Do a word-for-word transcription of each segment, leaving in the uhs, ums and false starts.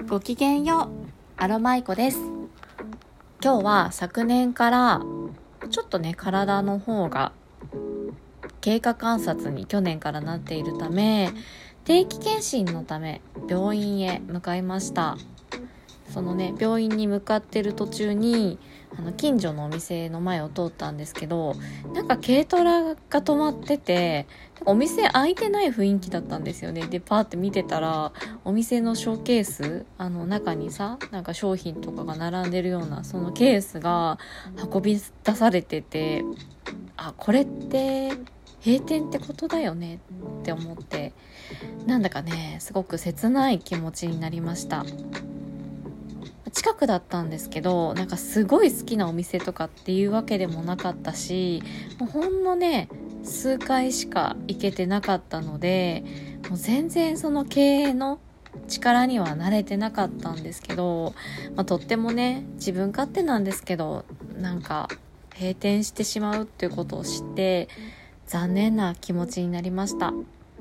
ごきげんよう、アロマイコです。今日は昨年からちょっとね体の方が経過観察に去年からなっているため、定期検診のため病院へ向かいました。そのね病院に向かってる途中にあの近所のお店の前を通ったんですけど、なんか軽トラが止まってて、お店開いてない雰囲気だったんですよね。でパーって見てたら、お店のショーケース、あの中にさなんか商品とかが並んでるようなそのケースが運び出されてて、あ、これって閉店ってことだよねって思って、なんだかねすごく切ない気持ちになりました。近くだったんですけど、なんかすごい好きなお店とかっていうわけでもなかったし、もうほんのね数回しか行けてなかったので、もう全然その経営の力には慣れてなかったんですけど、まあ、とってもね自分勝手なんですけど、なんか閉店してしまうっていうことを知って残念な気持ちになりました。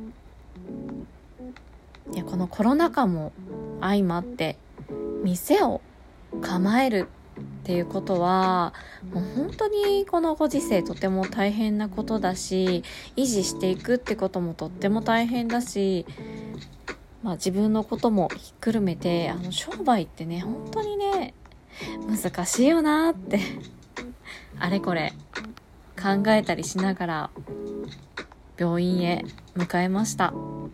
いや、このコロナ禍も相まって店を構えるっていうことはもう本当にこのご時世とても大変なことだし、維持していくってこともとっても大変だし、まあ、自分のこともひっくるめて、あの商売ってね本当にね難しいよなってあれこれ考えたりしながら病院へ向かいました。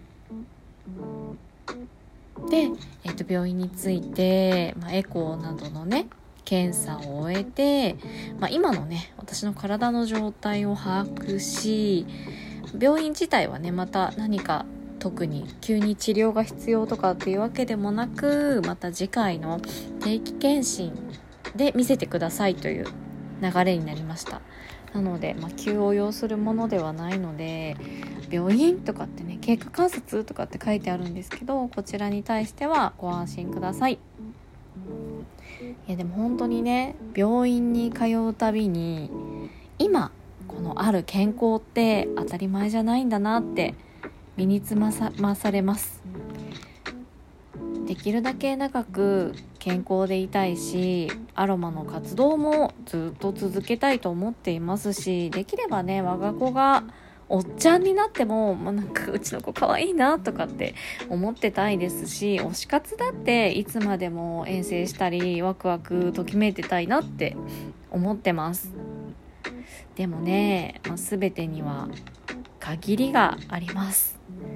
で、えー、と病院に着いて、まあ、エコーなどのね検査を終えて、まあ、今のね私の体の状態を把握し、病院自体はねまた何か特に急に治療が必要とかっていうわけでもなく、また次回の定期検診で見せてくださいという流れになりました。なので、まあ、急を要するものではないので、病院とかってね経過観察とかって書いてあるんですけど、こちらに対してはご安心ください。いやでも本当にね病院に通うたびに、今このある健康って当たり前じゃないんだなって身につまさ、まされます。できるだけ長く健康でいたいし、アロマの活動もずっと続けたいと思っていますし、できればね我が子がおっちゃんになっても、まあ、なんかうちの子可愛いなとかって思ってたいですし、推し活だっていつまでも遠征したりワクワクときめいてたいなって思ってます。でもね、まあ、全てには限りがあります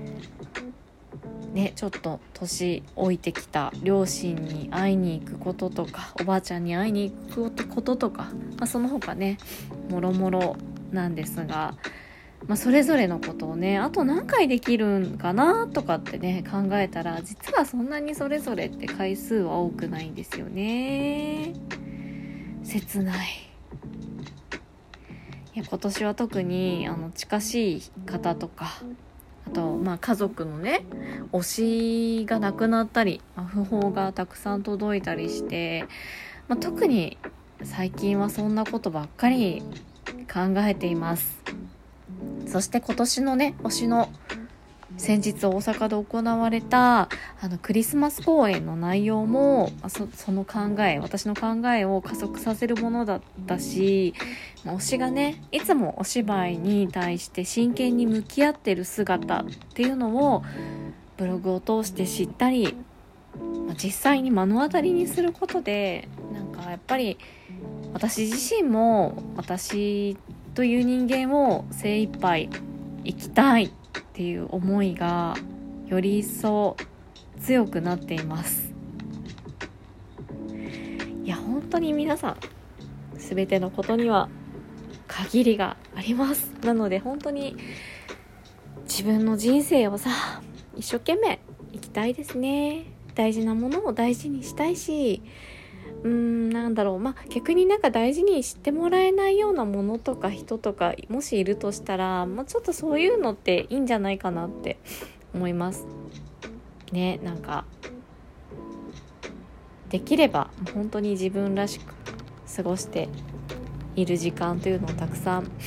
ね。ちょっと年老いてきた両親に会いに行くこととか、おばあちゃんに会いに行くこととか、まあ、その他ねもろもろなんですが、まあ、それぞれのことをねあと何回できるんかなとかってね考えたら、実はそんなにそれぞれって回数は多くないんですよね。切ない。いや今年は特にあの近しい方とか、あとまあ家族のね推しが亡くなったり、まあ、訃報がたくさん届いたりして、まあ、特に最近はそんなことばっかり考えています。そして今年のね推しの先日大阪で行われたあのクリスマス公演の内容も そ, その考え私の考えを加速させるものだったし、推しがねいつもお芝居に対して真剣に向き合ってる姿っていうのをブログを通して知ったり、実際に目の当たりにすることで、なんかやっぱり私自身も私という人間を精一杯生きたいっていう思いがより一層強くなっています。いや本当に皆さん全てのことには限りがあります。なので本当に自分の人生をさ一生懸命生きたいですね。大事なものを大事にしたいし、うーんなんだろう、まあ逆になんか大事にしてもらえないようなものとか人とかもしいるとしたら、まあ、ちょっとそういうのっていいんじゃないかなって思いますね。なんかできれば本当に自分らしく過ごしている時間というのをたくさん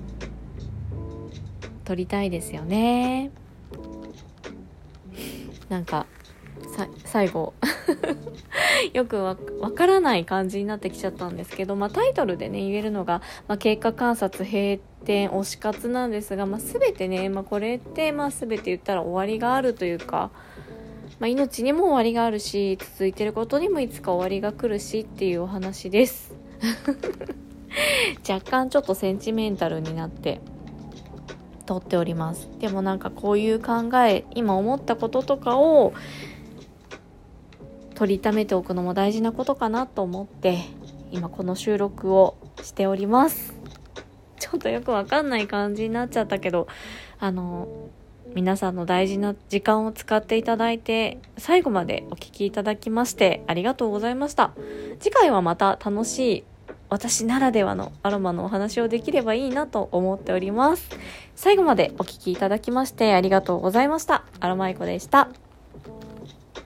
取りたいですよね。なんかさ最後よくわわからない感じになってきちゃったんですけど、まあ、タイトルでね言えるのが、まあ、経過観察閉店推し活なんですが、まあ、全てね、まあ、これってまあ全て言ったら終わりがあるというか、まあ、命にも終わりがあるし、続いてることにもいつか終わりが来るしっていうお話です若干ちょっとセンチメンタルになって撮っております。でもなんかこういう考え、今思ったこととかを取りためておくのも大事なことかなと思って今この収録をしております。ちょっとよくわかんない感じになっちゃったけど、あの皆さんの大事な時間を使っていただいて最後までお聞きいただきましてありがとうございました。次回はまた楽しい私ならではのアロマのお話をできればいいなと思っております。最後までお聞きいただきましてありがとうございました。アロマイコでした。